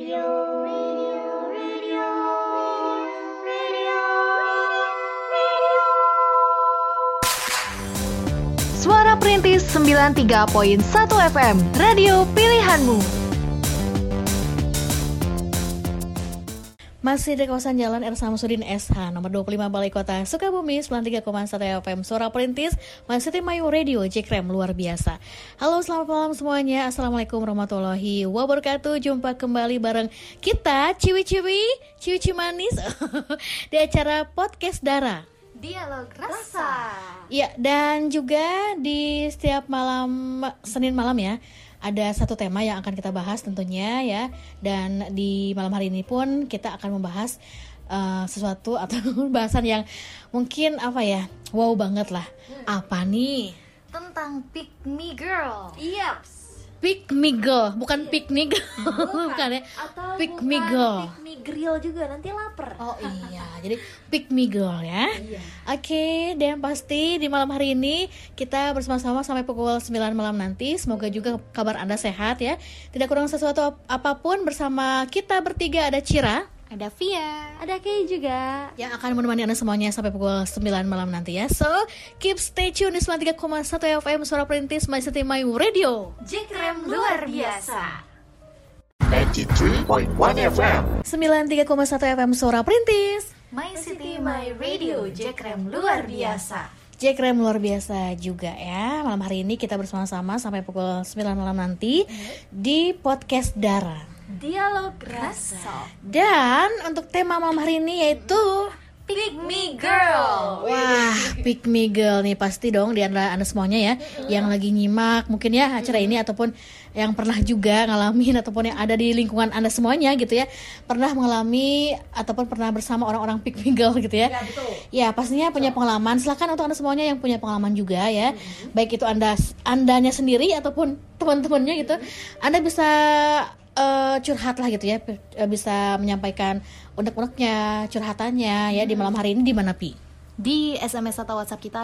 Suara Perintis 93.1 FM, radio pilihanmu. Masih di kawasan Jalan R. Samsudin SH, nomor 25 Balai Kota, Sukabumi, 93,1 FM, Suara Perintis, masih di Mayu Radio, Jekrem, luar biasa. Halo, selamat malam semuanya, Assalamualaikum warahmatullahi wabarakatuh. Jumpa kembali bareng kita, ciwi-ciwi manis, di acara Podcast Dara. Dialog Rasa. Ya, dan juga di setiap malam Senin malam ya, ada satu tema yang akan kita bahas tentunya ya. Dan di malam hari ini pun kita akan membahas sesuatu atau bahasan yang mungkin apa ya, wow banget lah. Apa nih? Tentang Pick Me Girl. Yaps. Pick Me Girl, bukan picnic. Bukan ya. Atau Pick Me Girl. Pick Me Grill juga, nanti lapar. Oh iya, jadi Pick Me Girl ya. Iya. Oke, dan pasti di malam hari ini kita bersama-sama sampai pukul 9 malam nanti. Semoga juga kabar Anda sehat ya. Tidak kurang sesuatu apapun. Bersama kita bertiga ada Cira, Ada Via. Ada Kay juga. yang akan menemani Anda semuanya sampai pukul 9 malam nanti ya. So, keep stay tune di 93,1 FM Suara Perintis My City My Radio. Jekrem luar biasa. 93.1 FM 93,1 FM Suara Perintis. My City, My Radio, Jekrem luar biasa. Jekrem luar biasa juga ya. Malam hari ini kita bersama-sama sampai pukul 9 malam nanti di Podcast Dara. Dialog Rasa. Dan untuk tema malam hari ini yaitu Pick Me Girl. wah, Pick Me Girl nih pasti dong di antara Anda semuanya ya yang lagi nyimak mungkin ya acara ini ataupun yang pernah juga ngalamin ataupun yang ada di lingkungan Anda semuanya gitu ya, pernah mengalami ataupun pernah bersama orang-orang Pick Me Girl gitu ya. Ya, betul. Ya, pastinya punya pengalaman. Silakan untuk Anda semuanya yang punya pengalaman juga ya. Baik itu Andanya sendiri ataupun teman-temannya gitu. Anda bisa curhat lah gitu ya, bisa menyampaikan unek-uneknya, curhatannya ya di malam hari ini di mana Pi? Di SMS atau WhatsApp kita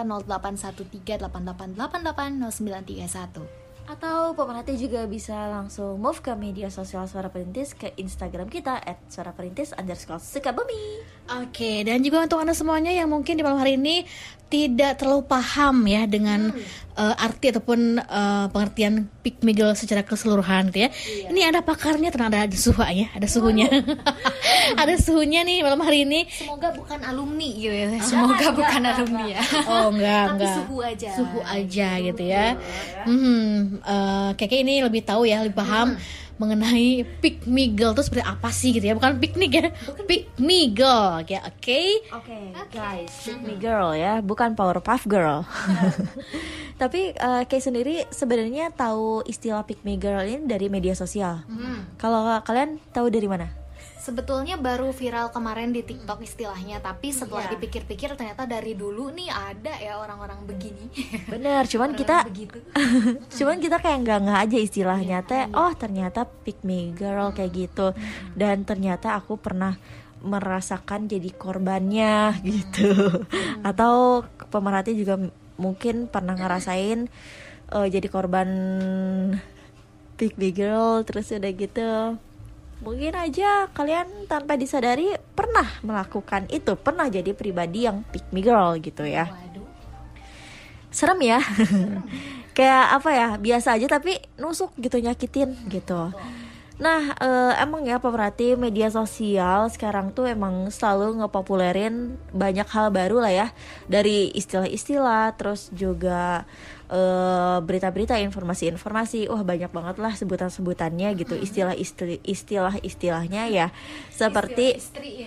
081388880931. Atau pemerhati juga bisa langsung move ke media sosial Suara Perintis, ke Instagram kita @suaraperintis_Sukabumi. Oke, dan juga untuk Anda semuanya yang mungkin di malam hari ini tidak terlalu paham ya dengan arti ataupun pengertian Pick Me Girl secara keseluruhan gitu ya. Ini ada pakarnya, tenang, ada suhunya, ada suhunya. Ada suhunya nih malam hari ini. Semoga bukan alumni gitu ya. Semoga bukan alumni ya. Oh enggak. Tapi suhu aja Gitu ya. Kayaknya ini lebih tahu ya, lebih paham mengenai Pick Me Girl itu seperti apa sih gitu ya. Bukan piknik ya, Pick Me Girl ya, oke? Oke, guys, Pick Me Girl ya, bukan Powerpuff Girl. Tapi Kay sendiri sebenarnya tahu istilah Pick Me Girl ini dari media sosial. Kalau kalian tahu dari mana? Sebetulnya baru viral kemarin di TikTok istilahnya, tapi setelah Iya. dipikir-pikir ternyata dari dulu nih ada ya orang-orang begini. Benar, cuman Begitu. kita kayak nggak aja istilahnya teh. Oh, ternyata Pick Me Girl kayak gitu. Dan ternyata aku pernah merasakan jadi korbannya gitu. Atau pemerhati juga mungkin pernah ngerasain jadi korban Pick Me Girl, terus udah gitu. Mungkin aja kalian tanpa disadari pernah melakukan itu, pernah jadi pribadi yang Pick Me Girl gitu ya. Waduh. Serem ya. Kayak apa ya, biasa aja tapi nusuk gitu, nyakitin gitu. Nah, emang ya pemerhati, media sosial sekarang tuh emang selalu ngepopulerin banyak hal baru lah ya. Dari istilah-istilah, terus juga berita-berita, informasi-informasi. Wah, banyak banget lah sebutan-sebutannya gitu. Istilah-istilahnya ya. Seperti Istri ya.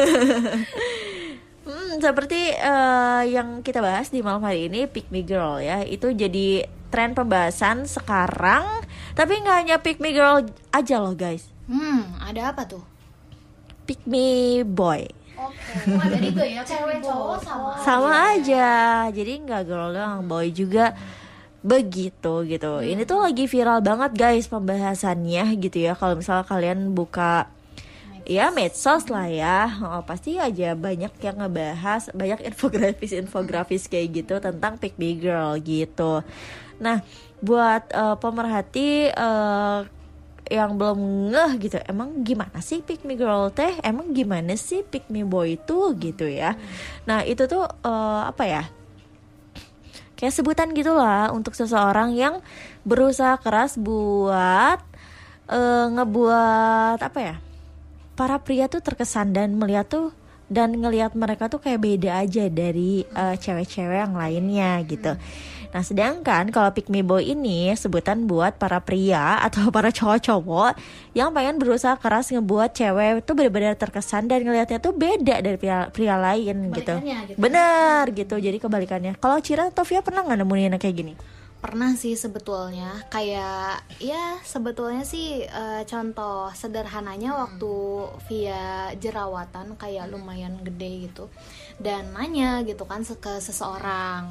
seperti yang kita bahas di malam hari ini, Pick Me Girl ya. Itu jadi tren pembahasan sekarang. Tapi gak hanya Pick Me Girl aja loh guys. Ada apa tuh? Pick Me Boy. Oke. Jadi tuh ya cewek cowok Sama aja. Jadi gak girl doang, boy juga begitu gitu. Ini tuh lagi viral banget guys pembahasannya gitu ya. Kalau misalnya kalian buka ya medsos lah ya, pasti aja banyak yang ngebahas, banyak infografis kayak gitu tentang Pick Me Girl gitu. Nah, buat pemerhati yang belum ngeh gitu, emang gimana sih pick me girl teh, emang gimana sih pick me boy itu gitu ya. Nah itu tuh apa ya, kayak sebutan gitulah untuk seseorang yang berusaha keras buat ngebuat apa ya, para pria tuh terkesan dan melihat tuh dan ngelihat mereka tuh kayak beda aja dari cewek-cewek yang lainnya gitu. Nah sedangkan kalau pick me boy ini sebutan buat para pria atau para cowok-cowok yang pengen berusaha keras ngebuat cewek tuh benar-benar terkesan dan ngelihatnya tuh beda dari pria lain gitu. Bener gitu, jadi kebalikannya. Kalau Cira atau Via pernah nggak nemuin yang kayak gini? Pernah sih sebetulnya, kayak ya sebetulnya sih contoh sederhananya waktu via jerawatan kayak lumayan gede gitu, dan nanya gitu kan ke seseorang,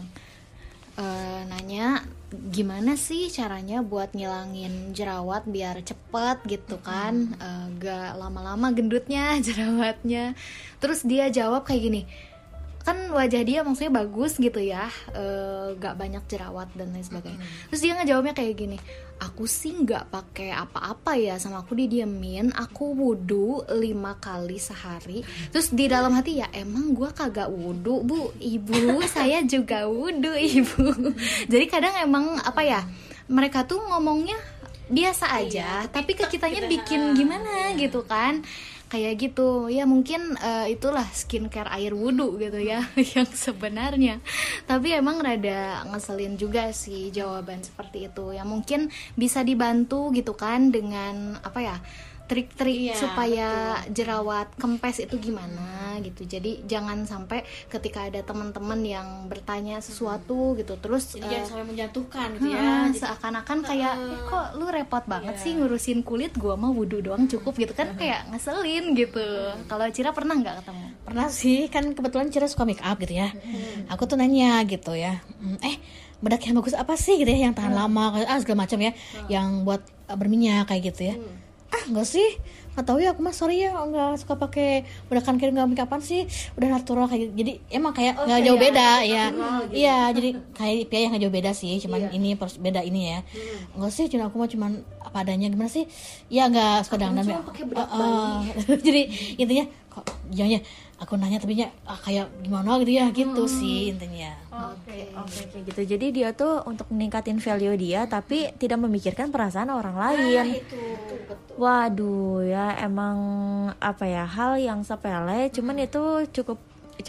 nanya gimana sih caranya buat ngilangin jerawat biar cepet gitu kan, gak lama-lama gendutnya jerawatnya. Terus dia jawab kayak gini, kan wajah dia maksudnya bagus gitu ya, gak banyak jerawat dan lain sebagainya. Terus dia ngejawabnya kayak gini, aku sih gak pakai apa-apa ya, sama aku didiemin, aku wudhu 5 kali sehari. Terus di dalam hati, ya emang gue kagak wudhu bu, ibu saya juga wudhu ibu. Jadi kadang emang apa ya, mereka tuh ngomongnya biasa aja, tapi ke kitanya bikin gimana gitu kan, kayak gitu ya. Mungkin itulah skincare air wudhu gitu ya yang sebenarnya. Tapi emang rada ngeselin juga sih jawaban seperti itu, ya mungkin bisa dibantu gitu kan dengan apa ya, trik-trik supaya jerawat kempes itu gimana gitu. Jadi jangan sampai ketika ada teman-teman yang bertanya sesuatu gitu terus jangan sampai menjatuhkan gitu ya. Seakan-akan kayak kok lu repot banget sih ngurusin kulit, gua mah wudhu doang cukup gitu kan, kayak ngeselin gitu. Kalau Cira pernah nggak ketemu? Pernah sih, kan kebetulan Cira suka make up gitu ya. Aku tuh nanya gitu ya, bedak yang bagus apa sih gitu ya, yang tahan lama segala macam ya, yang buat berminyak kayak gitu ya. Enggak sih, nggak tahu ya, aku mah sorry ya nggak suka pakai bedakan kayak nggak make upan sih, udah natural kayak gitu. Jadi emang kayak nggak jauh beda ya gitu. Iya, jadi kayak Pia yang nggak jauh beda sih, cuman ini beda ini ya. Enggak sih, cuma aku mah cuman apa adanya. Gimana sih ya, nggak suka dandan ya. Jadi intinya kok jadinya aku nanya tapi kayak gimana gitu ya, gitu sih intinya. Oke, gitu. Jadi dia tuh untuk meningkatin value dia tapi tidak memikirkan perasaan orang lain. Itu betul. Waduh ya, emang apa ya, hal yang sepele cuman itu cukup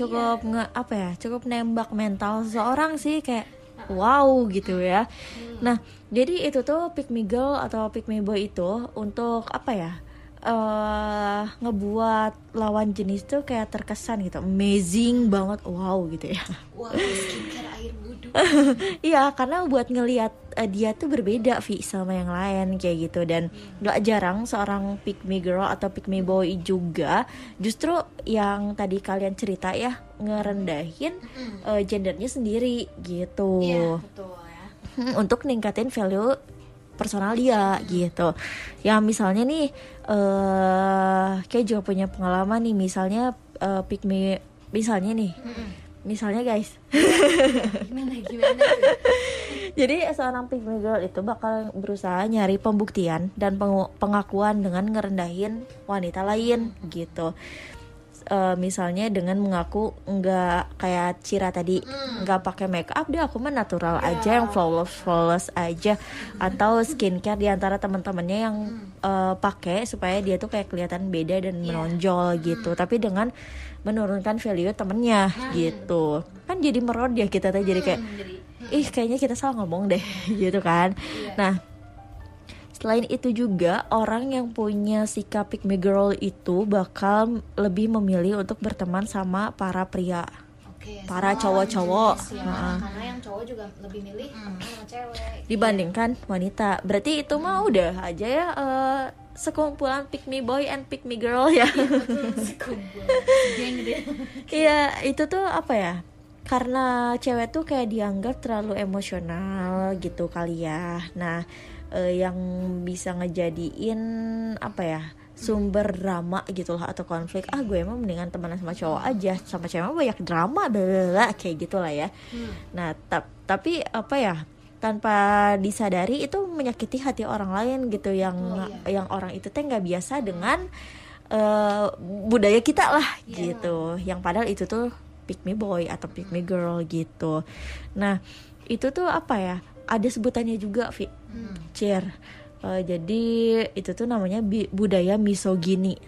cukup nembak mental seseorang sih, kayak wow gitu ya. Nah, jadi itu tuh pick me girl atau pick me boy itu untuk apa ya? Ngebuat lawan jenis tuh kayak terkesan gitu, amazing banget, wow gitu ya. Wow, skincare air wudhu. Iya, karena buat ngelihat dia tuh berbeda Vi sama yang lain kayak gitu. Dan gak jarang seorang pick me girl atau pick me boy juga justru yang tadi kalian cerita ya, ngerendahin gendernya sendiri gitu. Iya, betul ya. Untuk ningkatin value personal dia gitu. Ya misalnya nih kayak juga punya pengalaman nih, misalnya pick me, misalnya nih misalnya guys Gimana? jadi seorang pick me girl itu bakal berusaha nyari pembuktian dan pengakuan dengan ngerendahin wanita lain gitu. Misalnya dengan mengaku nggak kayak Cira tadi, nggak pakai make up deh, aku mah natural aja, yang flawless aja, atau skincare di antara teman-temannya yang pakai supaya dia tuh kayak kelihatan beda dan menonjol gitu, tapi dengan menurunkan value temennya gitu. Kan jadi merod ya kita tuh, jadi kayak kayaknya kita salah ngomong deh gitu kan. Nah, selain itu juga orang yang punya sikap pick me girl itu bakal lebih memilih untuk berteman sama para pria, para cowok-cowok, karena yang cowok juga lebih milih sama cewek dibandingkan wanita. Berarti itu mah udah aja ya sekumpulan pick me boy and pick me girl ya. Iya, itu tuh apa ya, karena cewek tuh kayak dianggap terlalu emosional gitu kali ya. Nah, yang bisa ngejadiin apa ya, sumber drama gitu lah atau konflik. Gue emang mendingan temenan sama cowok aja, sama cewek banyak drama kayak gitulah ya. Nah, tapi apa ya, tanpa disadari itu menyakiti hati orang lain gitu, yang orang itu teh nggak biasa dengan budaya kita lah gitu, yang padahal itu tuh pick me boy atau pick me girl gitu. Nah itu tuh apa ya, ada sebutannya juga Cher. Jadi itu tuh namanya budaya misogini.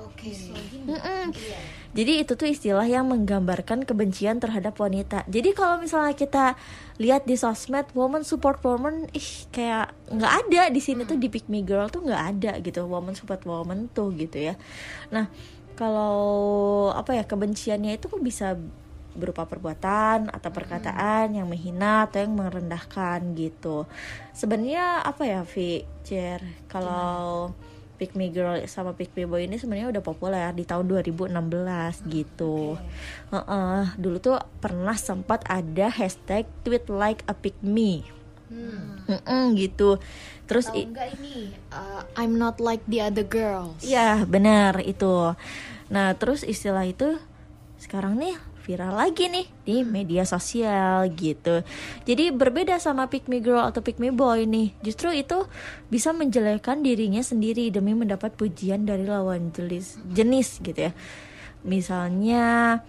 Jadi itu tuh istilah yang menggambarkan kebencian terhadap wanita. Jadi kalau misalnya kita lihat di sosmed woman support woman, kayak nggak ada di sini tuh, di pick me girl tuh nggak ada gitu, woman support woman tuh gitu ya. Nah kalau apa ya, kebenciannya itu kok bisa berupa perbuatan atau perkataan yang menghina atau yang merendahkan gitu. Sebenarnya apa ya Cher, kalau pick me girl sama pick me boy ini sebenarnya udah populer di tahun 2016 gitu. Dulu tuh pernah sempat ada hashtag tweet like a pick me. Gitu. Terus enggak ini I'm not like the other girls. Ya benar itu. Nah terus istilah itu sekarang nih viral lagi nih di media sosial gitu. Jadi berbeda sama pick me girl atau pick me boy nih, justru itu bisa menjelekkan dirinya sendiri demi mendapat pujian dari lawan jenis gitu ya. Misalnya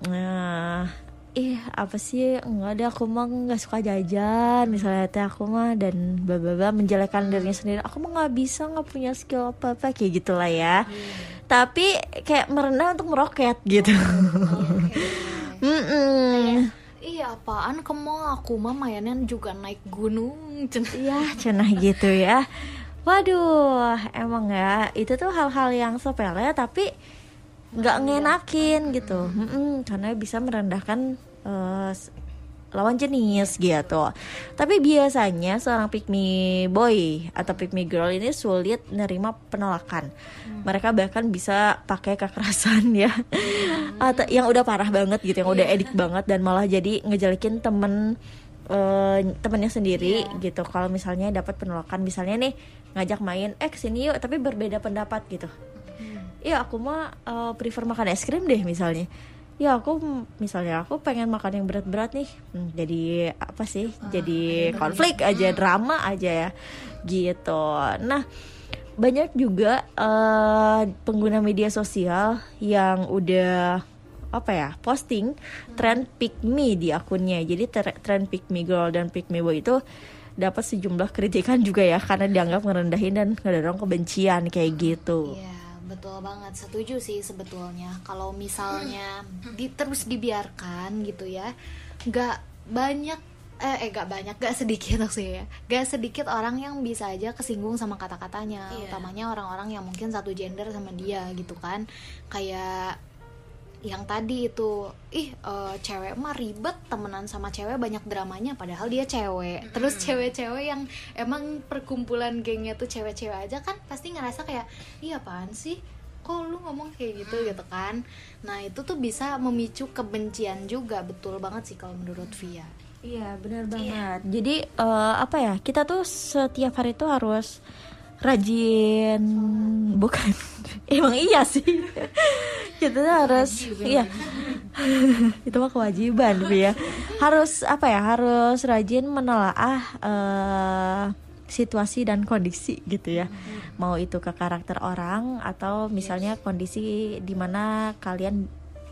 apa sih, enggak deh aku mah nggak suka jajan misalnya, teh aku mah, dan bla bla bla, menjelekkan dirinya sendiri, aku mah nggak bisa, nggak punya skill apa apa kayak gitulah ya. Tapi kayak merendah untuk meroket gitu. Iya apaan kamu, aku mah mainnya juga naik gunung. Iya cenah gitu ya. Waduh emang ya, itu tuh hal-hal yang sepele tapi nggak ngenakin gitu. Karena bisa merendahkan lawan jenis gitu. Tapi biasanya seorang pick me boy atau pick me girl ini sulit nerima penolakan. Mereka bahkan bisa pakai kekerasan ya, atau yang udah parah banget gitu, yang udah edik banget, dan malah jadi ngejelekin temennya sendiri gitu. Kalau misalnya dapat penolakan, misalnya nih ngajak main, kesini yuk, tapi berbeda pendapat gitu. Ya aku mah prefer makan es krim deh misalnya. Ya aku pengen makan yang berat-berat nih. Jadi apa sih? Jadi konflik aja, drama aja ya gitu. Nah banyak juga pengguna media sosial yang udah posting tren pick me di akunnya. Jadi tren pick me girl dan pick me boy itu dapat sejumlah kritikan juga ya, karena dianggap ngerendahin dan ngedorong kebencian kayak gitu. Betul banget, setuju sih sebetulnya. Kalau misalnya terus dibiarkan gitu ya, gak sedikit maksudnya ya, gak sedikit orang yang bisa aja kesinggung sama kata-katanya, utamanya orang-orang yang mungkin satu gender sama dia gitu kan. Kayak yang tadi itu, cewek mah ribet temenan sama cewek, banyak dramanya, padahal dia cewek. Terus cewek-cewek yang emang perkumpulan gengnya tuh cewek-cewek aja kan pasti ngerasa kayak, iya apaan sih, kok lu ngomong kayak gitu gitu kan. Nah itu tuh bisa memicu kebencian juga. Betul banget sih kalau menurut Via. Iya benar banget. Jadi kita tuh setiap hari tuh harus rajin, bukan emang iya sih, kita tuh harus itu mah kewajiban ya, harus rajin menelaah situasi dan kondisi gitu ya, mau itu ke karakter orang atau misalnya kondisi di mana kalian,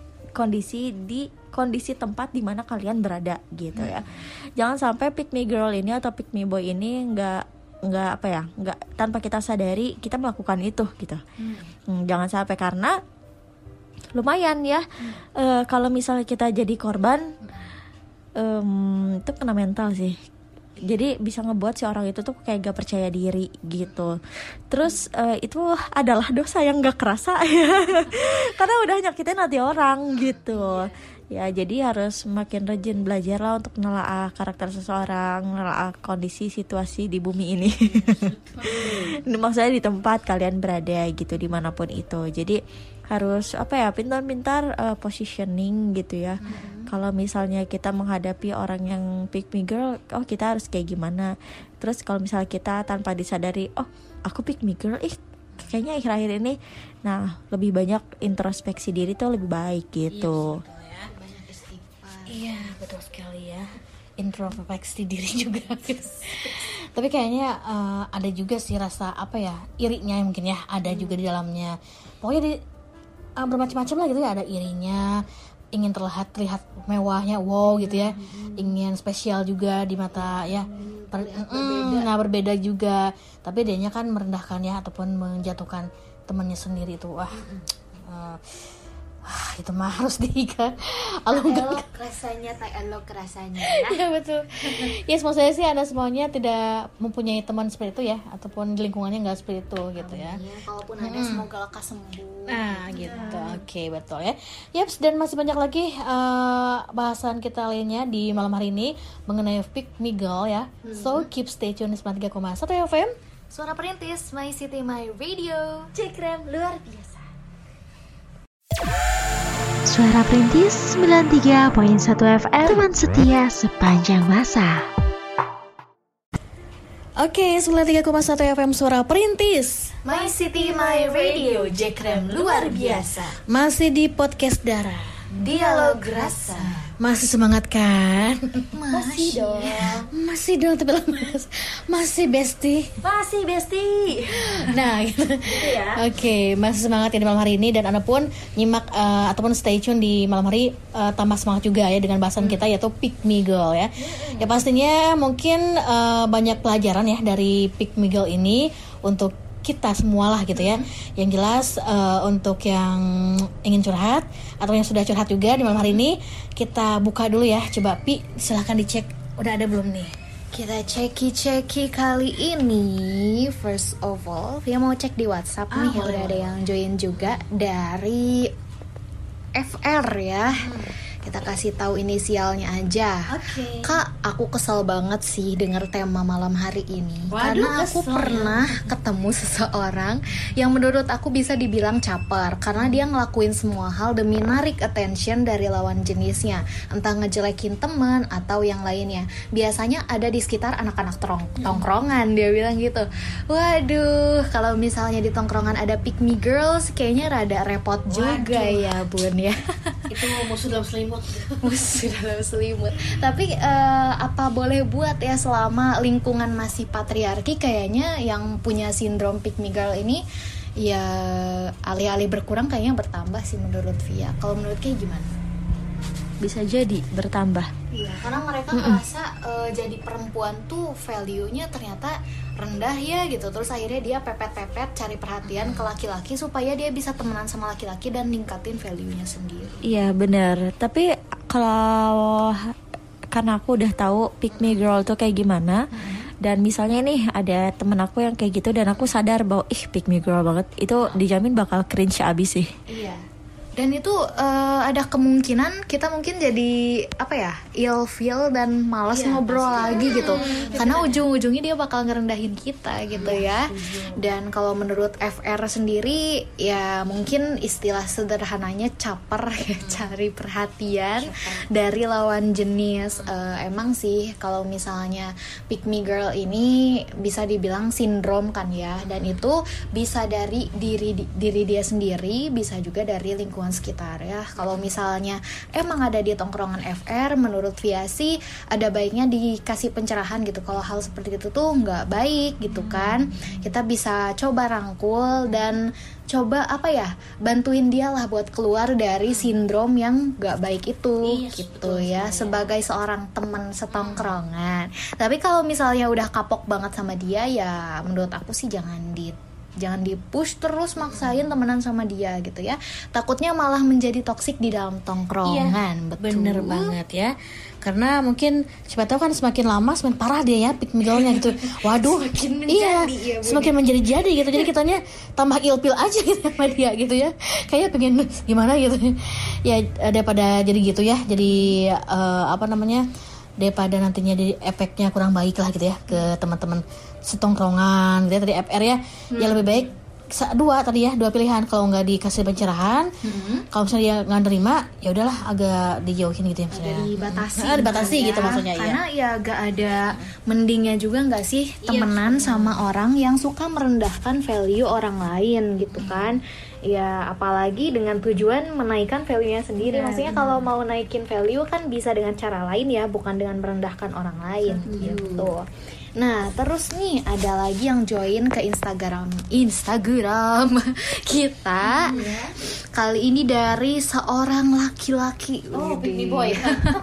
kondisi tempat di mana kalian berada gitu ya. Jangan sampai pick me girl ini atau pick me boy ini nggak tanpa kita sadari kita melakukan itu gitu. Jangan sampai, karena lumayan ya kalau misalnya kita jadi korban, itu kena mental sih. Jadi bisa ngebuat si orang itu tuh kayak gak percaya diri gitu. Terus itu adalah dosa yang gak kerasa ya, karena udah nyakitin hati orang gitu. Ya jadi harus makin rajin belajar lah untuk menelaah karakter seseorang, menelaah kondisi situasi di bumi ini. Maksudnya di tempat kalian berada gitu, dimanapun itu. Jadi harus pintar-pintar positioning gitu ya. Kalau misalnya kita menghadapi orang yang pick me girl, kita harus kayak gimana. Terus kalau misalnya kita tanpa disadari, aku pick me girl, kayaknya akhir-akhir ini, nah lebih banyak introspeksi diri tuh lebih baik gitu. Iya betul sekali ya. introspeksi diri juga gitu. Tapi kayaknya ada juga sih rasa apa ya, irinya mungkin ya, ada juga di dalamnya. Pokoknya bermacam-macam lah gitu ya, ada irinya, ingin terlihat mewahnya, wow gitu ya, ingin spesial juga di mata ya, berbeda juga. Tapi dianya kan merendahkan ya, ataupun menjatuhkan temannya sendiri itu, itu mah harus elok rasanya, tak elok rasanya ya betul. Yes, maksudnya sih Anda semuanya tidak mempunyai teman seperti itu ya, ataupun di lingkungannya nggak seperti itu gitu ya. Kalaupun ada, semoga lekas sembuh. Nah gitu, oke, betul ya. Yaps, dan masih banyak lagi bahasan kita lainnya di malam hari ini mengenai Pick Me Girl ya. So keep stay tune di 93,1 FM Suara Perintis, My City My Radio, Cekrem luar biasa. Suara Perintis 93.1 FM, teman setia sepanjang masa. Oke, 93,1 FM Suara Perintis, My City My Radio, Jekrem luar biasa, masih di podcast Dara. dialog rasa. Masih semangat kan? Masih dong. Masih dong, tapi masih bestie. Masih bestie. Nah, gitu. ya. Oke, masih semangat ya di malam hari ini, dan Anda pun nyimak ataupun stay tune di malam hari tambah semangat juga ya dengan bahasan kita, yaitu Pick Me Girl ya. Ya pastinya mungkin banyak pelajaran ya dari Pick Me Girl ini untuk kita semua lah gitu ya. Yang jelas untuk yang ingin curhat atau yang sudah curhat juga di malam hari ini, kita buka dulu ya. Coba Pi, silahkan dicek udah ada belum nih. Kita ceki kali ini. First of all, Via mau cek di WhatsApp nih, boleh, udah ada yang join juga dari FR ya. Kita kasih tahu inisialnya aja. Oke. Kak, aku kesel banget sih denger tema malam hari ini. Waduh, karena aku kesel pernah ketemu seseorang yang menurut aku bisa dibilang caper, karena dia ngelakuin semua hal demi narik attention dari lawan jenisnya, entah ngejelekin teman atau yang lainnya. Biasanya ada di sekitar anak-anak tongkrongan, dia bilang gitu. Waduh, kalau misalnya di tongkrongan ada pick me girls, kayaknya rada repot juga ya bun ya. Itu musuh dalam selimut. Musuh dalam selimut. Tapi apa boleh buat ya, selama lingkungan masih patriarki, kayaknya yang punya sindrom pick me girl ini ya alih-alih berkurang kayaknya bertambah sih menurut Via. Kalau menurut kayak gimana? Bisa jadi bertambah. Iya, karena mereka ngerasa jadi perempuan tuh value-nya ternyata rendah ya gitu. Terus akhirnya dia pepet-pepet cari perhatian ke laki-laki supaya dia bisa temenan sama laki-laki dan ningkatin value-nya sendiri. Iya benar. Tapi kalau karena aku udah tahu pick me girl tuh kayak gimana, dan misalnya nih ada temen aku yang kayak gitu dan aku sadar bahwa pick me girl banget, itu dijamin bakal cringe abis sih. Iya. Dan itu ada kemungkinan kita mungkin jadi apa ya, ilfeel dan malas ngobrol lagi gitu, karena ujung-ujungnya dia bakal ngerendahin kita gitu ya. Dan kalau menurut FR sendiri ya mungkin istilah sederhananya caper ya, cari perhatian dari lawan jenis. Emang sih kalau misalnya pick me girl ini bisa dibilang sindrom kan ya, dan itu bisa dari diri dia sendiri, bisa juga dari lingkungan sekitar ya. Kalau misalnya emang ada di tongkrongan FR, menurut Viasi ada baiknya dikasih pencerahan gitu. Kalau hal seperti itu tuh nggak baik gitu kan, kita bisa coba rangkul dan coba apa ya, bantuin dia lah buat keluar dari sindrom yang nggak baik itu. Yes, gitu betul ya, sebagai seorang teman setongkrongan. Tapi kalau misalnya udah kapok banget sama dia ya menurut aku sih jangan di-push terus maksain temenan sama dia gitu ya. Takutnya malah menjadi toksik di dalam tongkrongan. Betul. Bener banget ya. Karena mungkin siapa tahu kan semakin lama semakin parah dia ya pick me girl-nya gitu. Waduh, semakin menjadi-jadi gitu. Jadi kitanya tambah ilpil aja gitu sama dia gitu ya. Kayak pengen gimana gitu. Ya daripada jadi gitu ya. Jadi daripada nantinya jadi efeknya kurang baik lah gitu ya ke teman-teman setongkrongan gitu ya, tadi FR ya. Ya lebih baik dua pilihan. Kalau nggak dikasih pencerahan, kalau misalnya dia nggak nerima, ya udahlah agak dijauhin gitu ya misalnya. Dibatasi gitu maksudnya. Karena ya gak ada mendingnya juga nggak sih temenan sama orang yang suka merendahkan value orang lain gitu kan. Ya apalagi dengan tujuan menaikkan value-nya sendiri. Maksudnya kalau mau naikin value kan bisa dengan cara lain ya, bukan dengan merendahkan orang lain gitu. Nah terus nih ada lagi yang join ke Instagram kita kali ini dari seorang laki-laki. Pick me boy.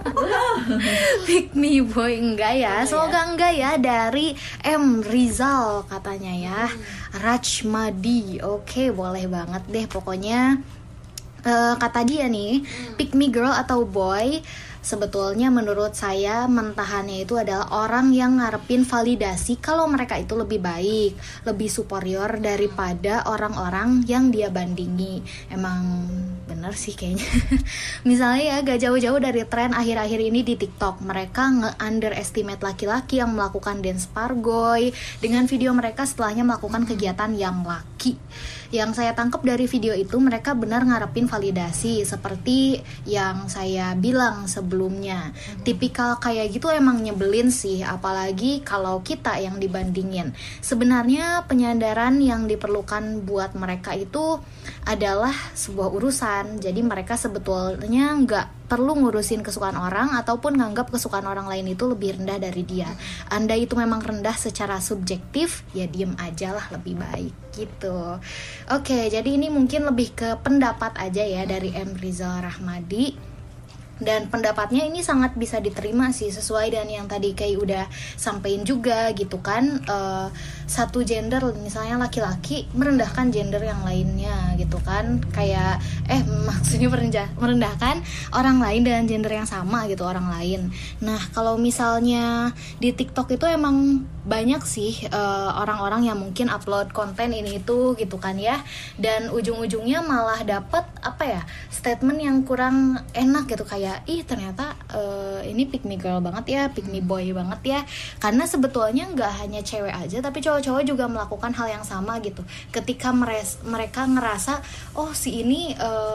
Pick me boy enggak ya? Semoga enggak ya. Dari M Rizal katanya ya. Rachmadi. Oke, boleh banget deh pokoknya. Kata dia nih, pick me girl atau boy, sebetulnya menurut saya mentahannya itu adalah orang yang ngarepin validasi kalau mereka itu lebih baik, lebih superior daripada orang-orang yang dia bandingi. Emang bener sih kayaknya. Misalnya ya gak jauh-jauh dari tren akhir-akhir ini di TikTok, mereka nge-underestimate laki-laki yang melakukan dance pargoy dengan video mereka setelahnya melakukan kegiatan yang laki. Yang saya tangkap dari video itu, mereka benar ngarepin validasi seperti yang saya bilang sebelumnya. Tipikal kayak gitu emang nyebelin sih, apalagi kalau kita yang dibandingin. Sebenarnya penyadaran yang diperlukan buat mereka itu adalah sebuah urusan. Jadi mereka sebetulnya nggak perlu ngurusin kesukaan orang ataupun nganggap kesukaan orang lain itu lebih rendah dari dia. Andai itu memang rendah secara subjektif, ya diem aja lah lebih baik gitu. Oke, jadi ini mungkin lebih ke pendapat aja ya dari M. Rizal Rahmadi. Dan pendapatnya ini sangat bisa diterima sih, sesuai dengan yang tadi kayak udah sampein juga gitu kan. Satu gender misalnya laki-laki merendahkan gender yang lainnya gitu kan, kayak maksudnya merendahkan orang lain dengan gender yang sama gitu, orang lain. Nah kalau misalnya di TikTok itu emang banyak sih orang-orang yang mungkin upload konten ini itu gitu kan ya, dan ujung-ujungnya malah dapet statement yang kurang enak gitu, kayak ternyata ini pick me girl banget ya, pick me boy banget ya. Karena sebetulnya nggak hanya cewek aja, tapi cowok-cowok juga melakukan hal yang sama gitu. Ketika mereka ngerasa si ini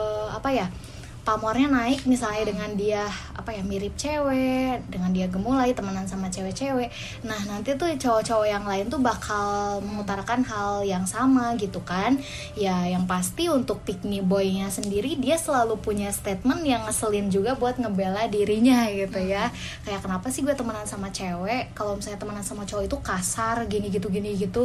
pamornya naik misalnya dengan dia mirip cewek, dengan dia gemulai temenan sama cewek-cewek. Nah nanti tuh cowok-cowok yang lain tuh bakal mengutarakan hal yang sama gitu kan. Ya yang pasti untuk pick me boy-nya sendiri, dia selalu punya statement yang ngeselin juga buat ngebela dirinya gitu ya. Kayak kenapa sih gue temenan sama cewek, kalau misalnya temenan sama cowok itu kasar gini gitu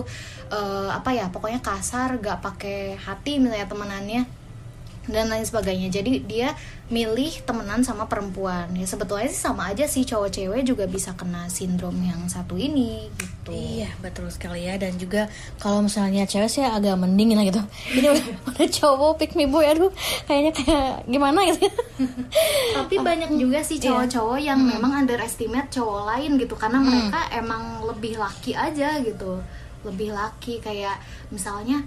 pokoknya kasar, gak pakai hati misalnya temenannya dan lain sebagainya. Jadi dia milih temenan sama perempuan. Ya sebetulnya sih sama aja sih, cowok cewek juga bisa kena sindrom yang satu ini gitu. Iya betul sekali ya. Dan juga kalau misalnya cewek sih agak mending lah gitu. Ini udah cowok pick me boy, aduh kayaknya kayak gimana gitu. Tapi banyak juga sih cowok-cowok yang memang underestimate cowok lain gitu, karena mereka emang lebih laki aja gitu, lebih laki. Kayak misalnya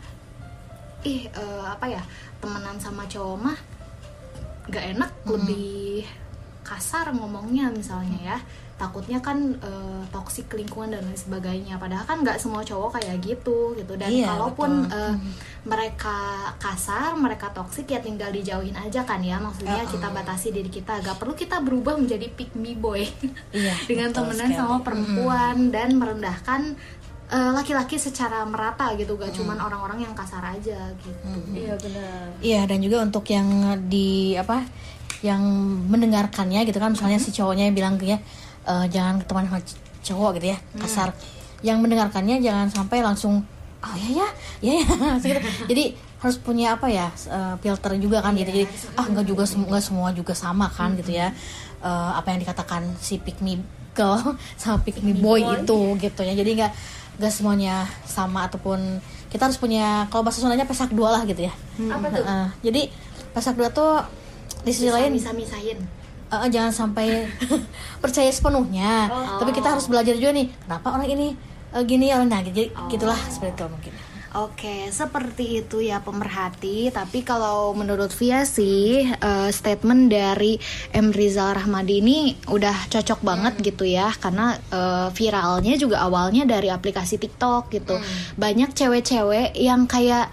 temenan sama cowok mah gak enak, lebih kasar ngomongnya misalnya ya, takutnya kan toksik lingkungan dan lain sebagainya. Padahal kan gak semua cowok kayak gitu. Dan kalaupun mereka kasar, mereka toksik, ya tinggal dijauhin aja kan ya. Maksudnya kita batasi diri kita, gak perlu kita berubah menjadi pick me boy dengan temenan sama perempuan dan merendahkan laki-laki secara merata gitu, gak cuman orang-orang yang kasar aja gitu. Iya benar. Iya, dan juga untuk yang yang mendengarkannya gitu kan, misalnya si cowoknya yang bilang jangan teman sama cowok gitu ya, kasar. Yang mendengarkannya jangan sampai langsung ya gitu. Jadi harus punya filter juga kan gitu. Jadi enggak semua juga sama kan gitu ya. Apa yang dikatakan si pick me girl sama pick me boy itu gitu ya. Jadi enggak semuanya sama, ataupun kita harus punya, kalau bahasa Sundanya pesak dua lah gitu ya. Apa tuh? Jadi pesak dua tuh di sisi lain bisa misahin. Jangan sampai percaya sepenuhnya. Tapi kita harus belajar juga nih, kenapa orang ini gini orangnya gitu. Jadi gitulah seperti itu mungkin. Oke, seperti itu ya pemerhati. Tapi kalau menurut Via sih, statement dari M. Rizal Rahmadi ini udah cocok banget gitu ya. Karena viralnya juga awalnya dari aplikasi TikTok gitu. Banyak cewek-cewek yang kayak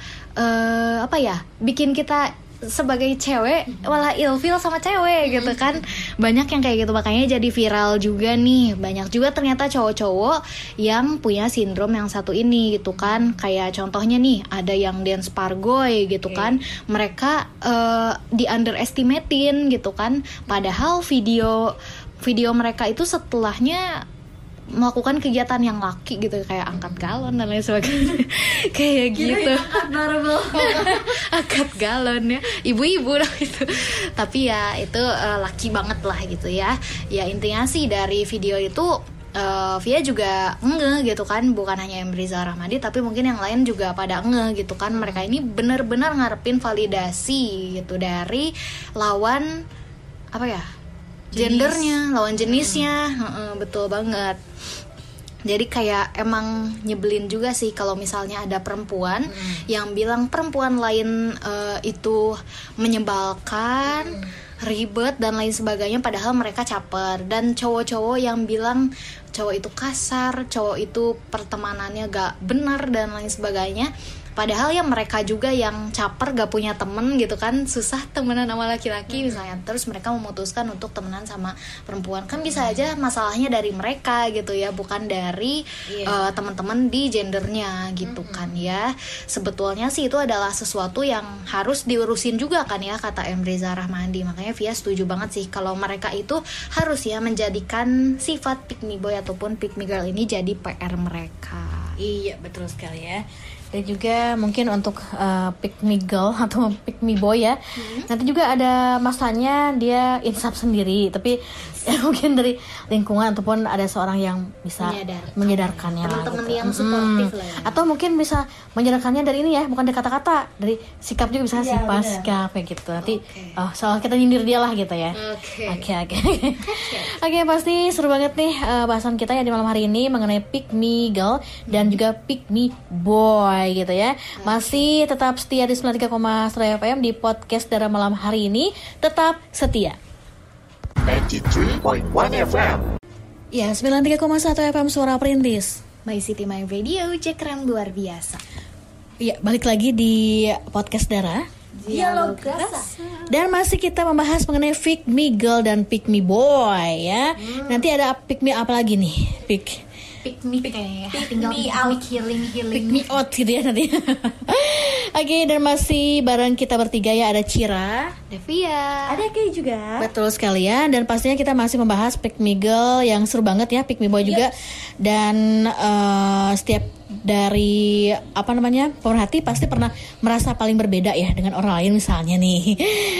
bikin kita sebagai cewek malah ilfeel sama cewek gitu kan. Banyak yang kayak gitu, makanya jadi viral juga nih. Banyak juga ternyata cowok-cowok yang punya sindrom yang satu ini gitu kan. Kayak contohnya nih, ada yang dance pargoy gitu kan. Mereka di underestimatein gitu kan. Padahal video mereka itu setelahnya melakukan kegiatan yang laki gitu, kayak angkat galon dan lain sebagainya. Kayak gitu. Angkat galon ya, ibu-ibu lah gitu. Tapi ya itu laki banget lah gitu ya. Ya intinya sih dari video itu Via juga ngeh gitu kan, bukan hanya M. Rizal Rahmadi tapi mungkin yang lain juga pada ngeh gitu kan. Mereka ini benar-benar ngarepin validasi gitu dari lawan gendernya, lawan jenisnya. Betul banget. Jadi kayak emang nyebelin juga sih kalau misalnya ada perempuan yang bilang perempuan lain itu menyebalkan, ribet dan lain sebagainya, padahal mereka caper. Dan cowok-cowok yang bilang cowok itu kasar, cowok itu pertemanannya gak benar dan lain sebagainya. Padahal ya mereka juga yang caper, gak punya temen gitu kan, susah temenan sama laki-laki misalnya. Terus mereka memutuskan untuk temenan sama perempuan. Kan bisa aja masalahnya dari mereka gitu ya, bukan dari teman-teman di gendernya gitu kan ya. Sebetulnya sih itu adalah sesuatu yang harus diurusin juga kan ya, kata M. Rizal Rahmadi. Makanya Via setuju banget sih kalau mereka itu harus ya menjadikan sifat pick me boy ataupun pick me girl ini jadi PR mereka. Iya, betul sekali ya. Dan juga mungkin untuk pick me girl atau pick me boy ya, nanti juga ada masanya dia insaf sendiri. Tapi ya, mungkin dari lingkungan ataupun ada seorang yang bisa menyadarkannya, teman-teman gitu. yang suportif lah ya. Atau mungkin bisa menyadarkannya dari ini ya, bukan dari kata-kata, dari sikap juga bisa sikap kayak gitu. Nanti soal kita nyindir dia lah gitu ya. Oke, pasti seru banget nih bahasan kita ya di malam hari ini mengenai pick me girl dan juga pick me boy gitu ya. Masih tetap setia di 93,1 FM di podcast Dara malam hari ini. Tetap setia 93.1 FM. Ya, 93,1 FM Suara Perintis. My City My Radio, Jekrem luar biasa. Iya, balik lagi di podcast Dara Dialog Rasa. Dan masih kita membahas mengenai pick me girl dan pick me boy ya. Nanti ada pick me apa lagi nih? Pick me kayaknya ya. Tinggal me out, healing pick me out gitu ya nanti. Oke, dan masih bareng kita bertiga ya, ada Cira, Devia, Ada Kay juga. betul sekali ya. Dan pastinya kita masih membahas pick me girl yang seru banget ya, pick me boy juga. Dan setiap dari pemerhati pasti pernah merasa paling berbeda ya dengan orang lain. Misalnya nih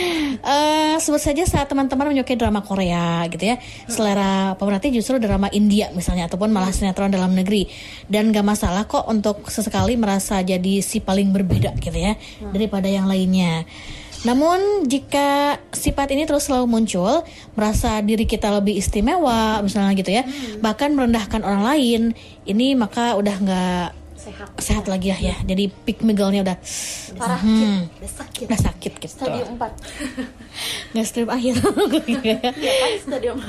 sebut saja saat teman-teman menyukai drama Korea gitu ya, selera pemerhati justru drama India misalnya, ataupun malah sinetron dalam negeri. Dan gak masalah kok untuk sesekali merasa jadi si paling berbeda gitu ya daripada yang lainnya. Namun jika sifat ini terus selalu muncul, merasa diri kita lebih istimewa misalnya gitu ya, bahkan merendahkan orang lain, ini maka udah gak sehat lagi ya. Jadi pick me girl-nya udah parah, udah sakit gitu. Stadium 4. Nggak strip akhir. Iya kan, stadium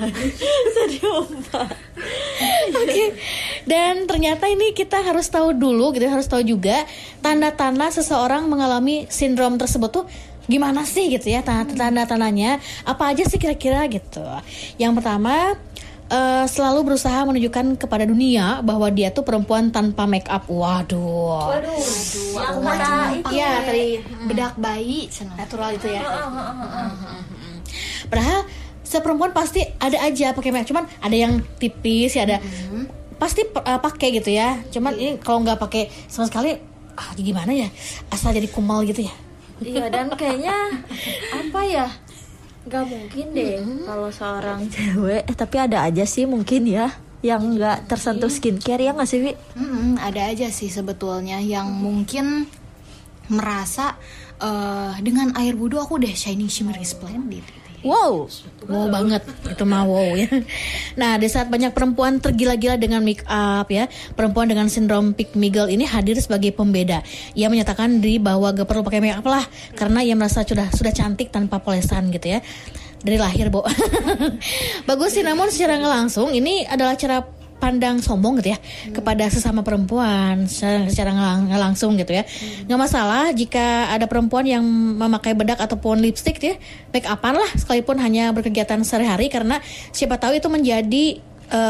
4. Oke. Dan ternyata ini kita harus tahu dulu gitu, harus tahu juga tanda-tanda seseorang mengalami sindrom tersebut tuh gimana sih gitu ya, tanda-tandanya apa aja sih kira-kira gitu. Yang pertama, selalu berusaha menunjukkan kepada dunia bahwa dia tuh perempuan tanpa make up. Waduh. Yang mana itu? Ya, tadi bedak bayi natural itu ya. Padahal seperempuan pasti ada aja pakai make up, cuman ada yang tipis ya, ada pasti pakai gitu ya. Cuman ini kalau nggak pakai sama sekali, gimana ya? Asal jadi kumal gitu ya. Iya, dan kayaknya apa ya? Gak mungkin deh kalau seorang cewek, tapi ada aja sih mungkin ya yang nggak tersentuh skincare, ya nggak sih, Wi? Ada aja sih sebetulnya yang mungkin merasa dengan air wudhu aku udah shining shimmery splendid gitu ya. Wow banget itu mah wow ya. Nah, di saat banyak perempuan tergila-gila dengan make up ya, perempuan dengan sindrom pick me girl ini hadir sebagai pembeda. Ia menyatakan diri bahwa gak perlu pakai make up lah, karena ia merasa sudah cantik tanpa polesan gitu ya. Dari lahir, Bo. Bagus sih, namun secara nggak langsung ini adalah cara pandang sombong gitu ya kepada sesama perempuan secara nggak langsung gitu ya. Nggak masalah jika ada perempuan yang memakai bedak ataupun lipstick ya, make upan lah sekalipun hanya berkegiatan sehari-hari, karena siapa tahu itu menjadi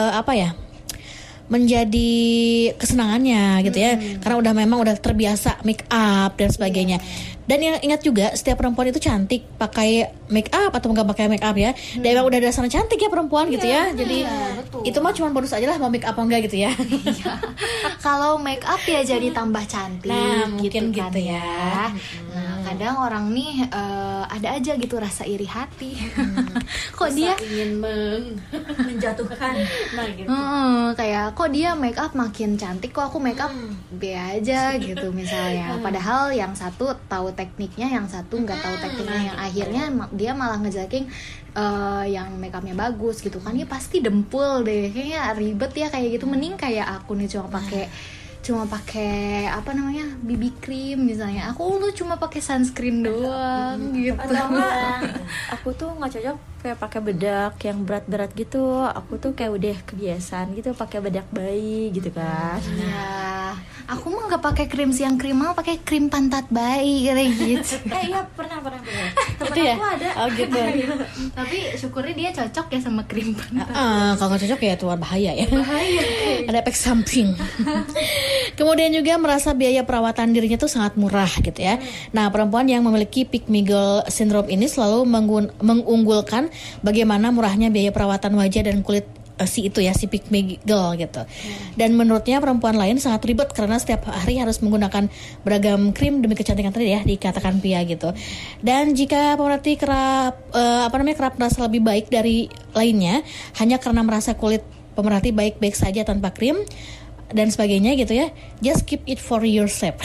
menjadi kesenangannya gitu ya, karena memang udah terbiasa make up dan sebagainya. Dan yang ingat juga, setiap perempuan itu cantik pakai make up atau nggak pakai make up ya. Dan emang udah dasarnya cantik ya perempuan gitu ya. Jadi itu mah cuma bonus aja lah mau make up apa enggak gitu ya. Kalau make up ya jadi tambah cantik. Nah, mungkin gitu ya. Nah, kadang orang nih ada aja gitu rasa iri hati. Kok dia ingin menjatuhkan. Nah gitu. Kayak kok dia make up makin cantik, kok aku make up B aja gitu misalnya. Padahal yang satu tahu tekniknya, yang satu nggak tahu tekniknya, yang akhirnya dia malah ngejelekin yang make upnya bagus gitu kan. Dia pasti dempul deh, kayaknya ribet ya kayak gitu. Mending kayak aku nih cuma pakai BB cream misalnya, aku tuh cuma pakai sunscreen doang gitu. Aku tuh nggak cocok kayak pakai bedak yang berat-berat gitu. Aku tuh kayak udah kebiasaan gitu pakai bedak bayi gitu kan. Ya, aku mah nggak pakai krim siang krim, mau pakai krim pantat bayi kayak gitu. Iya pernah. Temen Itu ya? aku ada. Oh gitu. Tapi syukurnya dia cocok ya sama krim pantat. Kalau nggak cocok ya tuh bahaya ya. Ada efek samping. Kemudian juga merasa biaya perawatan dirinya tuh sangat murah gitu ya. Nah, perempuan yang memiliki pick me girl syndrome ini selalu mengunggulkan bagaimana murahnya biaya perawatan wajah dan kulit si pick me girl gitu. Dan menurutnya perempuan lain sangat ribet karena setiap hari harus menggunakan beragam krim demi kecantikan tadi ya, dikatakan Pia gitu. Dan jika pemerhati kerap merasa lebih baik dari lainnya hanya karena merasa kulit pemerhati baik-baik saja tanpa krim dan sebagainya gitu ya, just keep it for yourself.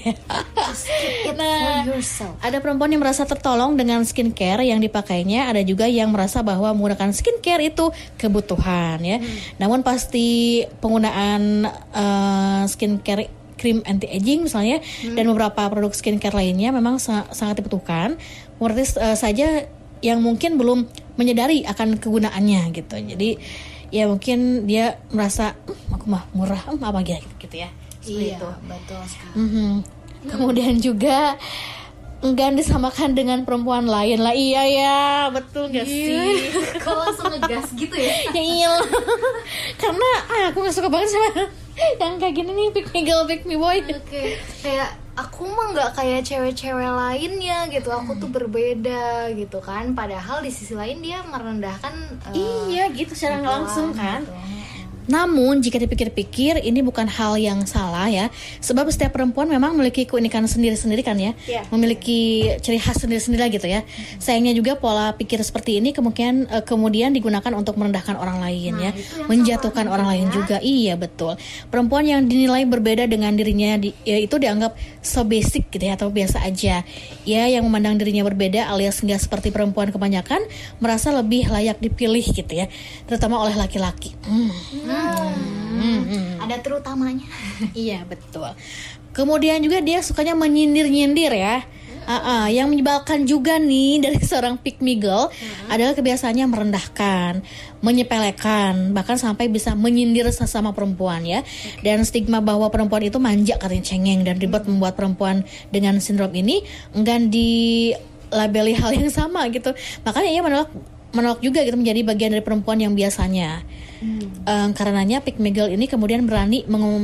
Ada perempuan yang merasa tertolong dengan skincare yang dipakainya, ada juga yang merasa bahwa menggunakan skincare itu kebutuhan ya. Namun pasti penggunaan skincare, krim anti aging misalnya, dan beberapa produk skincare lainnya memang sangat dibutuhkan. Mengerti saja yang mungkin belum menyadari akan kegunaannya gitu. Jadi ya mungkin dia merasa aku mah murah apa gitu ya. Iya, itu betul sekali. Kemudian juga enggan disamakan dengan perempuan lain lah. Iya ya, betul gak sih? Kok langsung ngegas gitu ya? Ya iyalah. Karena aku gak suka banget sama yang kayak gini nih, pick me girl, pick me boy. Oke. Kayak aku mah nggak kayak cewek-cewek lainnya gitu. Aku tuh berbeda gitu kan. Padahal di sisi lain dia merendahkan. Iya gitu secara nggak langsung kan. Gitu. Namun jika dipikir-pikir ini bukan hal yang salah ya, sebab setiap perempuan memang memiliki keunikan sendiri-sendiri kan ya, memiliki ciri khas sendiri-sendiri lah gitu ya. Sayangnya juga pola pikir seperti ini kemudian digunakan untuk merendahkan orang lain ya, menjatuhkan orang lain juga. Iya betul. Perempuan yang dinilai berbeda dengan dirinya itu dianggap so basic gitu ya, atau biasa aja. Ya, yang memandang dirinya berbeda alias nggak seperti perempuan kebanyakan merasa lebih layak dipilih gitu ya, terutama oleh laki-laki. Ada terutamanya. Iya betul. Kemudian juga dia sukanya menyindir-nyindir ya. Yang menyebalkan juga nih dari seorang pick me girl adalah kebiasaannya merendahkan, menyepelekan, bahkan sampai bisa menyindir sesama perempuan ya. Dan stigma bahwa perempuan itu manja, katanya cengeng dan ribet membuat perempuan dengan sindrom ini enggan dilabeli hal yang sama gitu. Makanya ia menolak juga gitu menjadi bagian dari perempuan yang biasanya. Karenanya pick me girl ini kemudian berani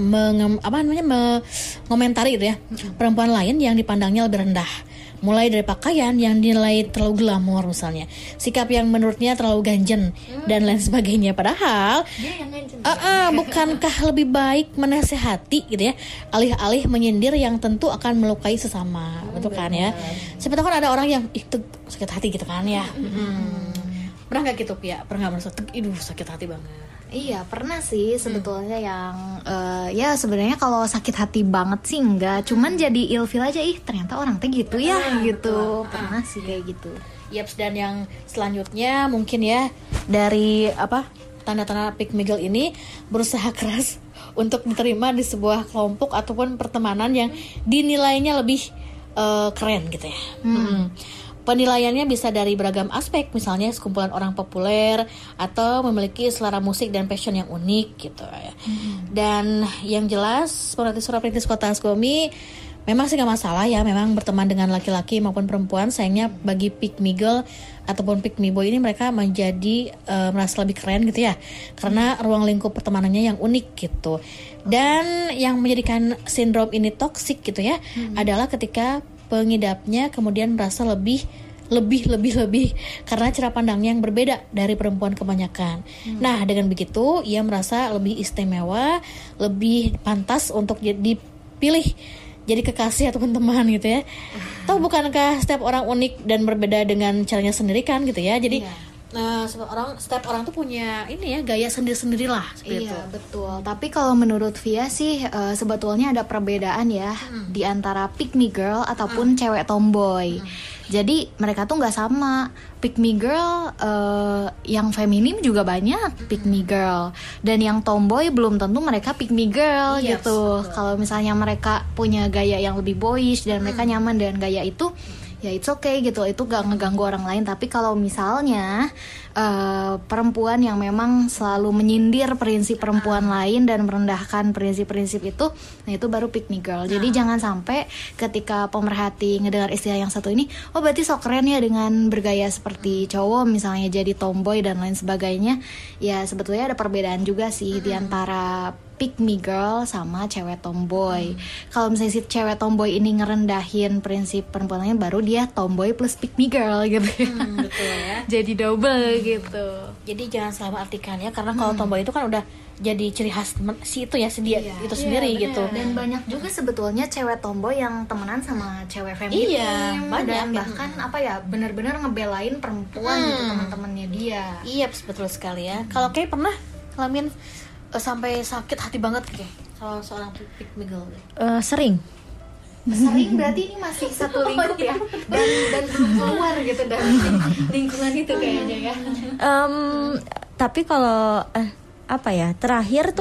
mengomentari gitu ya, perempuan lain yang dipandangnya lebih rendah, mulai dari pakaian yang dinilai terlalu glamor misalnya, sikap yang menurutnya terlalu ganjen dan lain sebagainya. Padahal Dia yang ganjen. bukankah lebih baik menasehati gitu ya, alih-alih menyindir yang tentu akan melukai sesama. Betul kan ya? Siapa tahu kan ada orang yang itu sakit hati gitu kan ya. Pernah nggak gitu Pia? Pernah nggak merasa sakit hati banget? Iya pernah sih sebetulnya yang ya sebenarnya kalau sakit hati banget sih enggak, cuman jadi ilfeel aja, ternyata orang teh gitu ya gitu. Pernah sih kayak gitu. Yaps, dan yang selanjutnya mungkin ya dari tanda-tanda pick me girl ini berusaha keras untuk diterima di sebuah kelompok ataupun pertemanan yang dinilainya lebih keren gitu ya. Penilaiannya bisa dari beragam aspek, misalnya sekumpulan orang populer atau memiliki selera musik dan passion yang unik gitu ya. Dan yang jelas suara perintis Kota Sukabumi memang sih gak masalah ya, memang berteman dengan laki-laki maupun perempuan. Sayangnya bagi pick me girl ataupun pick me boy ini mereka menjadi merasa lebih keren gitu ya, karena ruang lingkup pertemanannya yang unik gitu. Dan yang menjadikan sindrom ini toksik gitu ya adalah ketika pengidapnya kemudian merasa lebih karena cara pandangnya yang berbeda dari perempuan kebanyakan. Nah, dengan begitu ia merasa lebih istimewa, lebih pantas untuk dipilih jadi kekasih ataupun teman gitu ya. Tahu bukankah setiap orang unik dan berbeda dengan caranya sendiri kan gitu ya. Jadi setiap orang tuh punya ini ya, gaya sendiri-sendiri lah seperti itu. Betul. Tapi kalau menurut Via sih sebetulnya ada perbedaan ya di antara pick me girl ataupun cewek tomboy. Jadi mereka tuh nggak sama. Pick me girl yang feminim juga banyak pick me girl, dan yang tomboy belum tentu mereka pick me girl gitu. Kalau misalnya mereka punya gaya yang lebih boyish dan mereka nyaman dengan gaya itu, ya it's okay gitu, itu gak ngeganggu orang lain. Tapi kalau misalnya perempuan yang memang selalu menyindir prinsip perempuan lain dan merendahkan prinsip-prinsip itu, nah itu baru pick me girl. Jadi jangan sampai ketika pemerhati ngedengar istilah yang satu ini, oh berarti sok keren ya dengan bergaya seperti cowok, misalnya jadi tomboy dan lain sebagainya. Ya sebetulnya ada perbedaan juga sih di antara pick me girl sama cewek tomboy. Kalau misalnya si cewek tomboy ini ngerendahin prinsip perempuan lain, baru dia tomboy plus pick me girl gitu. Betul ya. Jadi double gitu. Jadi jangan salah artikan ya, karena kalau tomboy itu kan udah jadi ciri khas si itu ya, itu sendiri gitu. Dan banyak juga sebetulnya cewek tomboy yang temenan sama cewek feminim. Iya, banyak. Dan bahkan benar-benar ngebelain perempuan gitu, teman-temannya dia. Iya, betul sekali ya. Kalau kayak pernah ngalamin sampai sakit hati banget kayak kalau seorang pick me girl? Sering Berarti ini masih satu lingkup ya, dan belum keluar gitu dari lingkungan itu kayaknya ya. Tapi kalau terakhir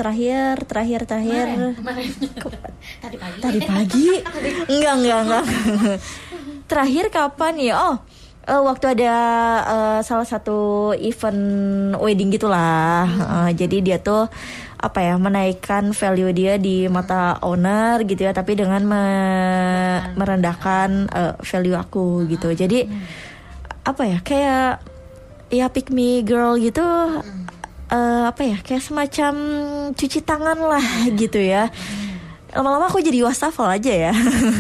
tadi pagi enggak terakhir kapan ya? Waktu ada salah satu event wedding gitulah. Jadi dia tuh menaikkan value dia di mata owner gitu ya, tapi dengan merendahkan value aku gitu. Jadi kayak ya pick me girl gitu, kayak semacam cuci tangan lah gitu ya. Lama-lama aku jadi wastafel aja ya.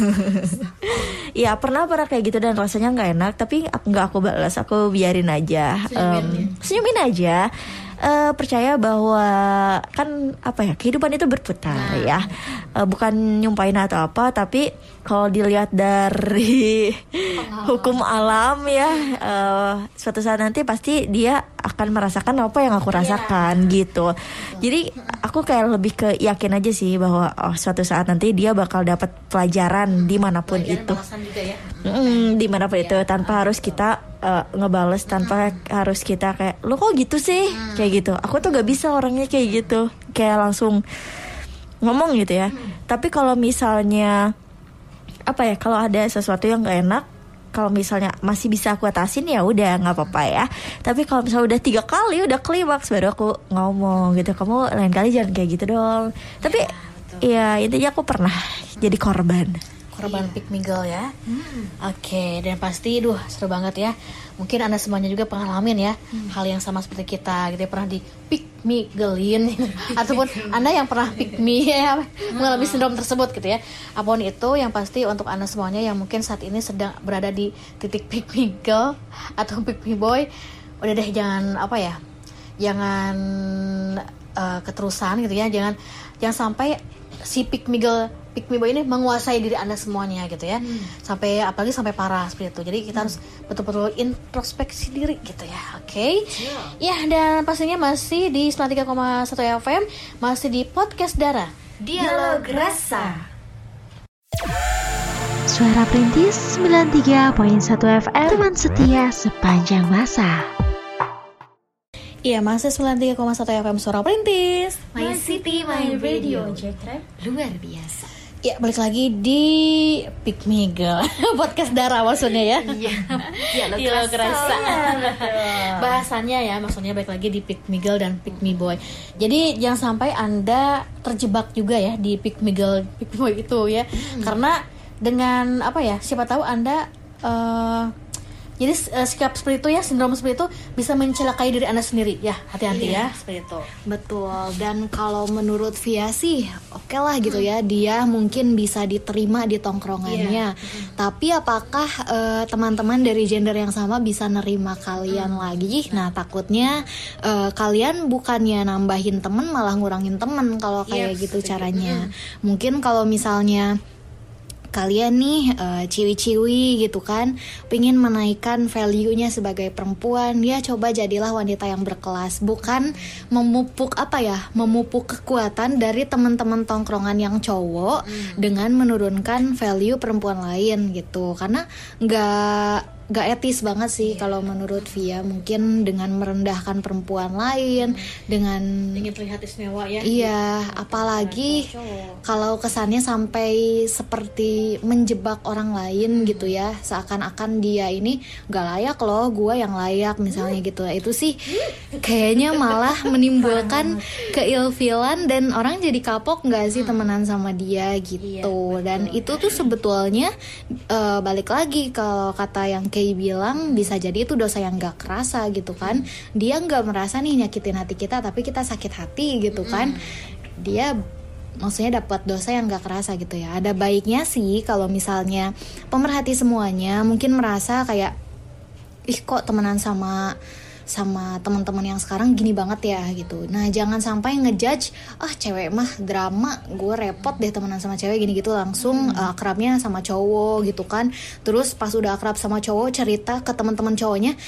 Ya pernah kayak gitu dan rasanya nggak enak, tapi nggak aku balas, aku biarin aja, senyumin aja. Percaya bahwa kan kehidupan itu berputar ya, bukan nyumpahin atau apa, tapi kalau dilihat dari hukum alam ya, suatu saat nanti pasti dia akan merasakan apa yang aku rasakan gitu. Jadi aku kayak lebih ke yakin aja sih bahwa suatu saat nanti dia bakal dapat pelajaran dimanapun itu, dimanapun itu, tanpa harus kita ngebales, tanpa harus kita kayak lo kok gitu sih, kayak gitu. Aku tuh gak bisa orangnya kayak gitu, kayak langsung ngomong gitu ya. Tapi kalau misalnya kalau ada sesuatu yang gak enak, kalau misalnya masih bisa aku atasin ya udah nggak apa-apa ya. Tapi kalau misalnya udah 3 kali udah klimaks, baru aku ngomong gitu, kamu lain kali jangan kayak gitu dong. Tapi ya intinya aku pernah jadi korban pick me girl ya. Oke, dan pasti seru banget ya. Mungkin Anda semuanya juga pernah ngalamin ya hal yang sama seperti kita gitu ya, pernah di pick me girlin ataupun Anda yang pernah pick me ya, mengalami sindrom tersebut gitu ya. Apapun itu, yang pasti untuk Anda semuanya yang mungkin saat ini sedang berada di titik pick me girl atau pick me boy, udah deh jangan keterusan gitu ya. Jangan sampai si pick me girl pick me boy ini menguasai diri Anda semuanya gitu ya. Sampai apalagi sampai parah seperti itu. Jadi kita harus betul-betul introspeksi diri gitu ya. Oke. Ya, dan pastinya masih di 93,1 FM, masih di podcast Dara. Dialog Rasa. Suara Perintis 93.1 FM, teman setia sepanjang masa. Iya, masih 93,1 FM Suara Perintis. My City, My Radio. Jekrem. Luar biasa. Ya, balik lagi di Pick Me Girl. Podcast Dara maksudnya ya. Dialog Rasa. Bahasannya ya, maksudnya balik lagi di Pick Me Girl dan Pick Me Boy. Jadi jangan sampai Anda terjebak juga ya di Pick Me Girl, Pick Me Boy itu ya. Karena dengan apa ya, siapa tahu Anda jadi sikap seperti itu ya, sindrom seperti itu bisa mencelakai diri Anda sendiri ya. Hati-hati ya, seperti itu. Betul. Dan kalau menurut Via sih oke lah gitu ya, dia mungkin bisa diterima di tongkrongannya. Tapi apakah teman-teman dari gender yang sama bisa nerima kalian lagi? Nah, takutnya kalian bukannya nambahin temen malah ngurangin temen kalau kayak gitu caranya. Mungkin kalau misalnya kalian nih ciwi-ciwi gitu kan, pengen menaikkan value-nya sebagai perempuan, ya coba jadilah wanita yang berkelas, bukan memupuk kekuatan dari teman-teman tongkrongan yang cowok dengan menurunkan value perempuan lain gitu. Karena nggak etis banget sih kalau menurut Via, mungkin dengan merendahkan perempuan lain, dengan ingin terlihat istimewa ya. Iya, apalagi kalau kesannya sampai seperti menjebak orang lain gitu ya, seakan-akan dia ini nggak layak loh, gua yang layak misalnya gitu. Itu sih kayaknya malah menimbulkan keilfilan dan orang jadi kapok nggak sih temenan sama dia gitu. Dan itu tuh sebetulnya balik lagi kalau kata yang Kay bilang, bisa jadi itu dosa yang gak kerasa gitu kan. Dia gak merasa nih nyakitin hati kita, tapi kita sakit hati gitu kan. Dia maksudnya dapat dosa yang gak kerasa gitu ya. Ada baiknya sih kalau misalnya pemerhati semuanya mungkin merasa kayak, ih kok temenan sama teman-teman yang sekarang gini banget ya gitu. Nah, jangan sampai ngejudge, cewek mah drama, gue repot deh temenan sama cewek gini gitu, langsung akrabnya sama cowok gitu kan. Terus pas udah akrab sama cowok cerita ke teman-teman cowoknya,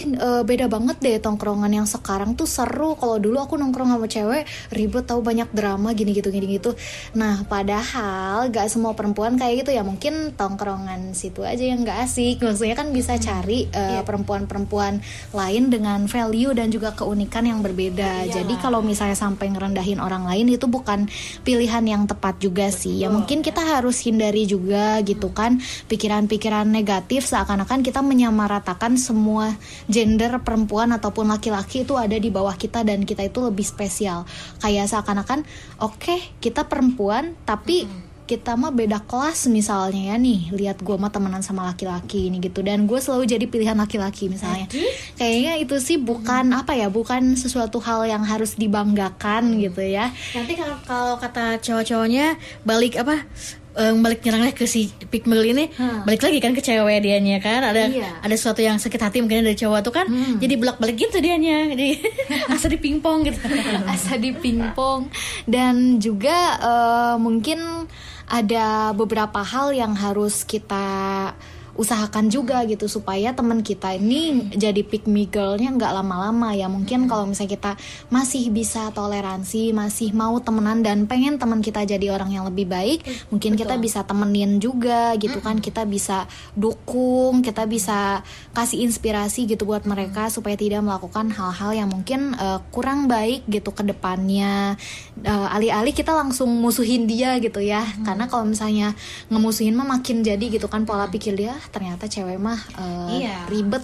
beda banget deh tongkrongan yang sekarang tuh seru, kalau dulu aku nongkrong sama cewek ribet tahu, banyak drama gini gitu. Nah, padahal gak semua perempuan kayak gitu ya, mungkin tongkrongan situ aja yang gak asik. Maksudnya kan bisa cari perempuan-perempuan lain dengan value dan juga keunikan yang berbeda. Jadi kalau misalnya sampai ngerendahin orang lain, itu bukan pilihan yang tepat juga sih. Ya mungkin kita harus hindari juga gitu kan pikiran-pikiran negatif seakan-akan kita menyamaratakan semua gender perempuan ataupun laki-laki itu ada di bawah kita dan kita itu lebih spesial. Kayak seakan-akan oke, kita perempuan tapi kita mah beda kelas misalnya ya nih, lihat gue mah temenan sama laki-laki ini gitu, dan gue selalu jadi pilihan laki-laki misalnya. Kayaknya itu sih bukan bukan sesuatu hal yang harus dibanggakan gitu ya. Nanti kalau kata cowok-cowoknya balik nyerangnya ke si Pick Me Girl ini, balik lagi kan ke cewek dianya kan, ada sesuatu yang sakit hati mungkin dari cowok tuh kan, jadi bolak-balik gitu dianya, jadi asa dipingpong gitu. Asa dipingpong. Dan juga mungkin ada beberapa hal yang harus kita usahakan juga gitu supaya teman kita ini jadi pick me girl-nya nggak lama-lama ya. Mungkin kalau misalnya kita masih bisa toleransi, masih mau temenan dan pengen teman kita jadi orang yang lebih baik, mungkin kita bisa temenin juga gitu kan, kita bisa dukung, kita bisa kasih inspirasi gitu buat mereka supaya tidak melakukan hal-hal yang mungkin kurang baik gitu ke depannya. Alih-alih kita langsung musuhin dia gitu ya, karena kalau misalnya ngemusuhin mah makin jadi gitu kan pola pikir dia, ternyata cewek mah ribet,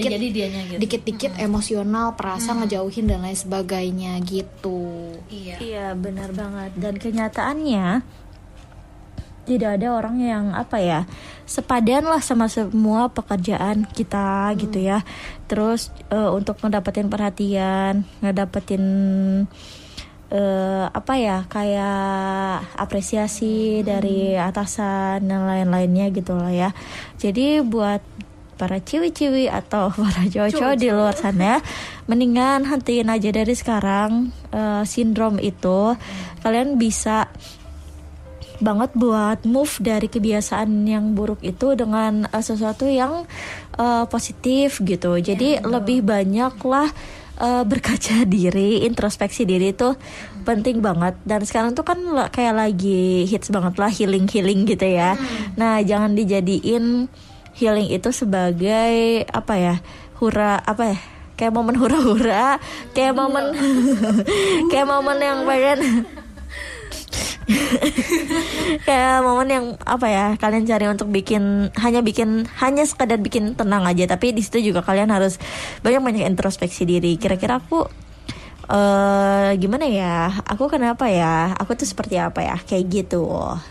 dikit-dikit emosional, perasa ngejauhin dan lain sebagainya gitu. Iya, benar banget. Dan kenyataannya tidak ada orang yang sepadan lah sama semua pekerjaan kita gitu ya. Terus untuk ngedapetin perhatian, ngedapetin kayak apresiasi dari atasan dan lain-lainnya gitu lah ya. Jadi buat para ciwi-ciwi atau para cowok-cowok di luar sana, mendingan hentiin aja dari sekarang sindrom itu. Kalian bisa banget buat move dari kebiasaan yang buruk itu dengan sesuatu yang positif gitu. Jadi lebih banyak lah berkaca diri, introspeksi diri itu penting banget. Dan sekarang tuh kan kayak lagi hits banget lah healing gitu ya. Nah, jangan dijadiin healing itu sebagai apa ya, kayak momen hura-hura, kayak momen kayak momen yang pengen kayak momen yang apa ya, kalian cari untuk hanya sekadar bikin tenang aja, tapi di situ juga kalian harus banyak introspeksi diri. Kira-kira aku gimana ya, aku kenapa ya, aku tuh seperti apa ya, kayak gitu.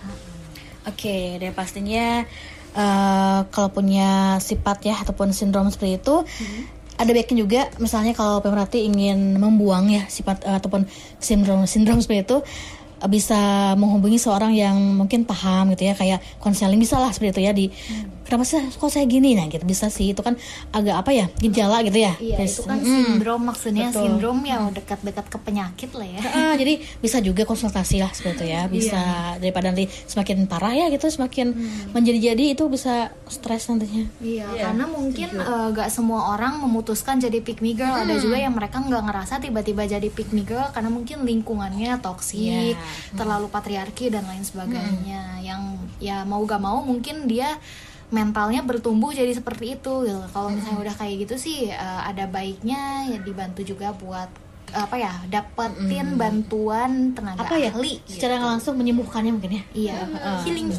Oke, dan pastinya kalau punya sifat ya ataupun sindrom seperti itu, ada baiknya juga misalnya kalau pemerhati ingin membuang ya sifat ataupun sindrom seperti itu, bisa menghubungi seorang yang mungkin paham gitu ya, kayak konseling bisa lah seperti itu ya, kenapa sih kok saya gini, nah gitu bisa sih, itu kan agak apa ya, gejala gitu ya. Iya, itu kan sindrom, maksudnya betul. Sindrom yang dekat-dekat ke penyakit lah ya. Jadi bisa juga konsultasi lah seperti itu ya, bisa daripada nanti semakin parah ya gitu, semakin menjadi-jadi, itu bisa stres nantinya. Iya, karena mungkin gak semua orang memutuskan jadi pick me girl. Ada juga yang mereka nggak ngerasa tiba-tiba jadi pick me girl karena mungkin lingkungannya toksik, terlalu patriarki dan lain sebagainya. Yang ya mau gak mau mungkin dia mentalnya bertumbuh jadi seperti itu gitu. Kalau misalnya udah kayak gitu sih ada baiknya ya dibantu juga buat dapetin bantuan tenaga ahli gitu. Secara langsung menyembuhkannya mungkin ya. Iya, healing.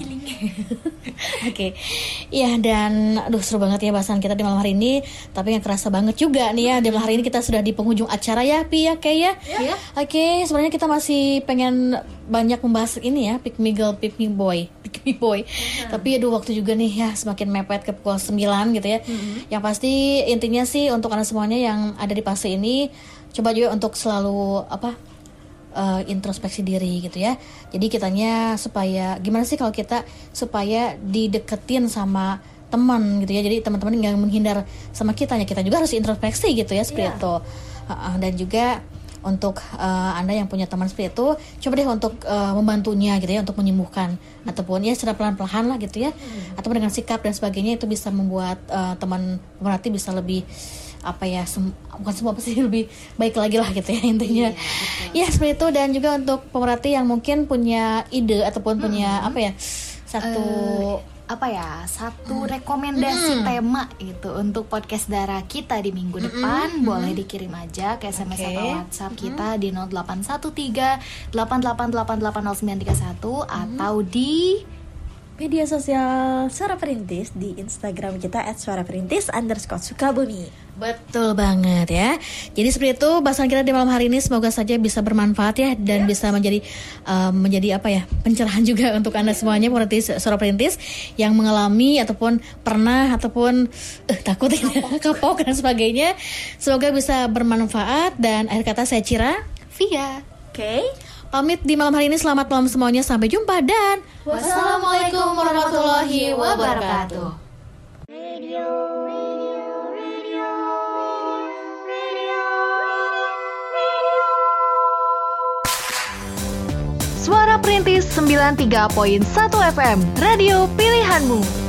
Oke. Iya, dan seru banget ya bahasan kita di malam hari ini. Tapi yang kerasa banget juga nih ya, di malam hari ini kita sudah di penghujung acara ya, Pi ya, kayak ya. Oke, sebenarnya kita masih pengen banyak membahas ini ya, pick me girl, pick me boy. Tapi waktu juga nih ya semakin mepet ke pukul 9 gitu ya. Yang pasti intinya sih untuk Anda semuanya yang ada di fase ini, coba juga untuk selalu introspeksi diri gitu ya. Jadi kitanya supaya gimana sih kalau kita supaya dideketin sama teman gitu ya. Jadi teman-teman nggak menghindar sama kita juga harus introspeksi gitu ya, seperti itu. Dan juga untuk Anda yang punya teman seperti itu, coba deh untuk membantunya gitu ya, untuk menyembuhkan ataupun ya secara pelan-pelan lah gitu ya, ataupun dengan sikap dan sebagainya, itu bisa membuat teman pemerhati bisa lebih bukan semua pasti lebih baik lagi lah gitu ya intinya. Ya seperti itu. Dan juga untuk pemerhati yang mungkin punya ide ataupun punya satu rekomendasi tema gitu untuk podcast Dara kita di minggu depan, boleh dikirim aja ke SMS atau WhatsApp kita di 0813-88880931 atau di media sosial Suara Perintis, di Instagram kita @suaraperintis_Sukabumi. Betul banget ya. Jadi seperti itu bahasan kita di malam hari ini, semoga saja bisa bermanfaat ya, dan bisa menjadi pencerahan juga untuk Anda semuanya pemerhati Suara Perintis yang mengalami ataupun pernah ataupun takut kapok dan sebagainya. Semoga bisa bermanfaat. Dan akhir kata saya Cira Via. Pamit di malam hari ini. Selamat malam semuanya, sampai jumpa dan wassalamualaikum warahmatullahi wabarakatuh. Suara Perintis 93.1 FM, radio pilihanmu.